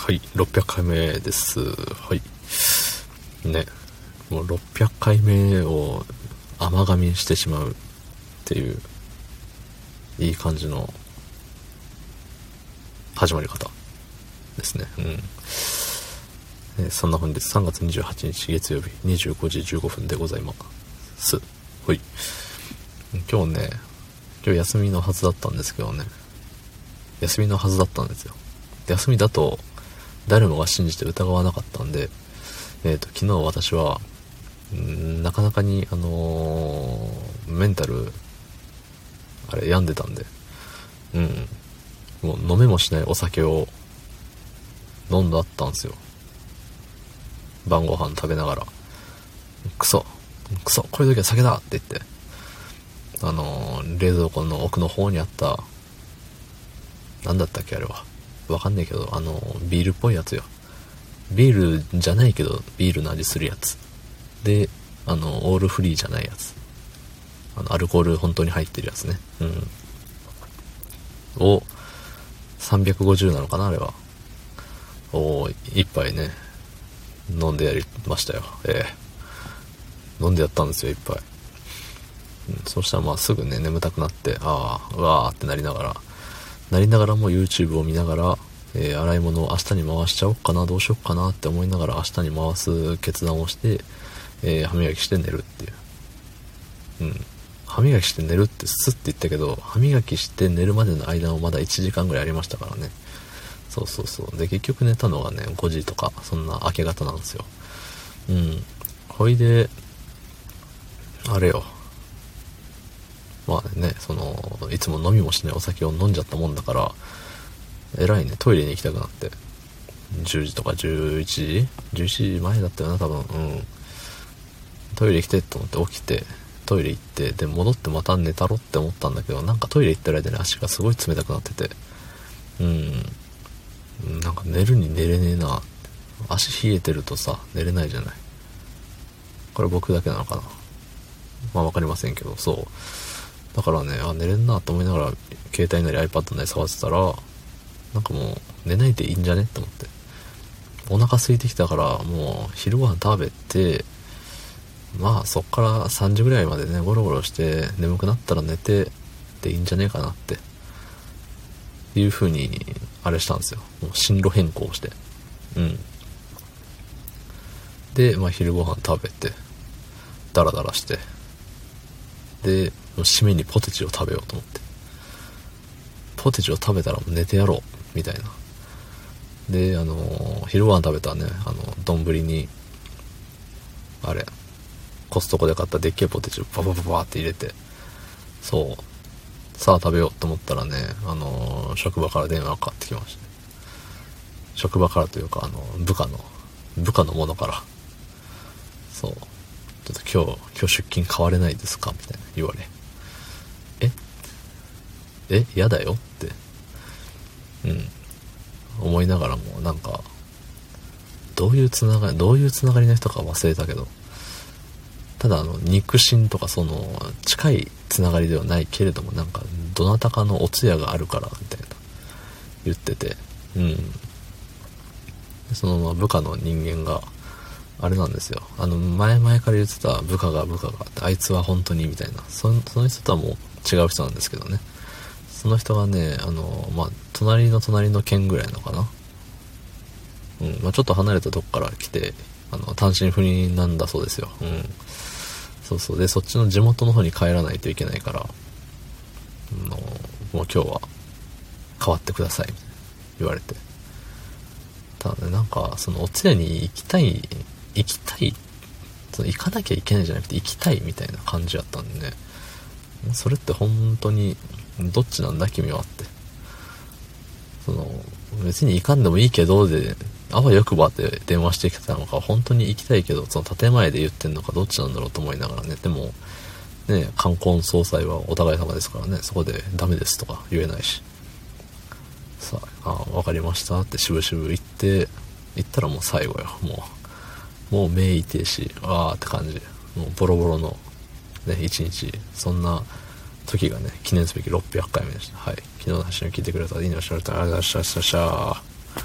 はい、600回目です。はいね、もう600回目を甘噛みしてしまうっていういい感じの始まり方ですね。そんな本日3月28日月曜日25時15分でございます。はい。今日休みのはずだったんですけどね。休みのはずだったんですよ。休みだと誰もが信じて疑わなかったんで、昨日私はなかなかにメンタル病んでたんで、もう飲めもしないお酒を飲んだったんですよ。晩ご飯食べながらクソこういう時は酒だって言って冷蔵庫の奥の方にあったなんだったっけあれはわかんないけどビールっぽいやつよ。ビールじゃないけどビールの味するやつでオールフリーじゃないやつアルコール本当に入ってるやつね。を350なのかなあれはを一杯ね飲んでやりましたよ。飲んでやったんですよ一杯。そしたらまあすぐね眠たくなってうわーってなりながらも YouTube を見ながら、洗い物を明日に回しちゃおうかなどうしようかなって思いながら明日に回す決断をして、歯磨きして寝るっていう。歯磨きして寝るってスッて言ったけど歯磨きして寝るまでの間もまだ1時間ぐらいありましたからね。そうで結局寝たのがね5時とかそんな明け方なんですよ。ほいであれよ、まあねいつも飲みもしないお酒を飲んじゃったもんだからえらいねトイレに行きたくなって10時とか11時前だったよな多分。トイレ行きてと思って起きてトイレ行ってで戻ってまた寝たろって思ったんだけどなんかトイレ行ってる間に足がすごい冷たくなっててなんか寝るに寝れねえな。足冷えてるとさ寝れないじゃない。これ僕だけなのかな、まあわかりませんけど。だからね寝れんなと思いながら携帯なり iPad なり触ってたらなんかもう寝ないでいいんじゃねって思ってお腹空いてきたからもう昼ご飯食べてまあそっから3時ぐらいまでねゴロゴロして眠くなったら寝てでいいんじゃねえかなっていう風にあれしたんですよ。もう進路変更してでまあ昼ご飯食べてダラダラしてで締めにポテチを食べようと思ってポテチを食べたらもう寝てやろうみたいな。で昼ご飯食べたらね丼にあれコストコで買ったでっけえポテチをババババって入れてさあ食べようと思ったらね職場から電話がかかってきました。職場からというか部下のものからちょっと今日出勤変われないですかみたいな言われ嫌だよって思いながらもなんかどういうつながりの人か忘れたけどただ肉親とか近いつながりではないけれどもなんかどなたかのお通夜があるからみたいな言っててその部下の人間があれなんですよ。前々から言ってた部下がってあいつは本当にみたいなその人とはもう違う人なんですけどね。その人がねまあ隣の県ぐらいのかなまあちょっと離れたとこから来て単身赴任なんだそうですよ。でそっちの地元の方に帰らないといけないからもう今日は変わってくださいみたいな言われてただねなんかお通夜に行きたい行かなきゃいけないじゃなくて行きたいみたいな感じやったんでねそれって本当にどっちなんだ君はって別に行かんでもいいけどであわよくばって電話してきたのか本当に行きたいけど建前で言ってんのかどっちなんだろうと思いながらね。でもね冠婚葬祭はお互い様ですからねそこでダメですとか言えないしさわかりましたって渋々行ったらもう最後よ。もう目痛いしって感じもうボロボロのね一日そんな時がね記念すべき600回目でした。はい、昨日の配信を聞いてくれたらいいねをしてくれたらありがとうございました。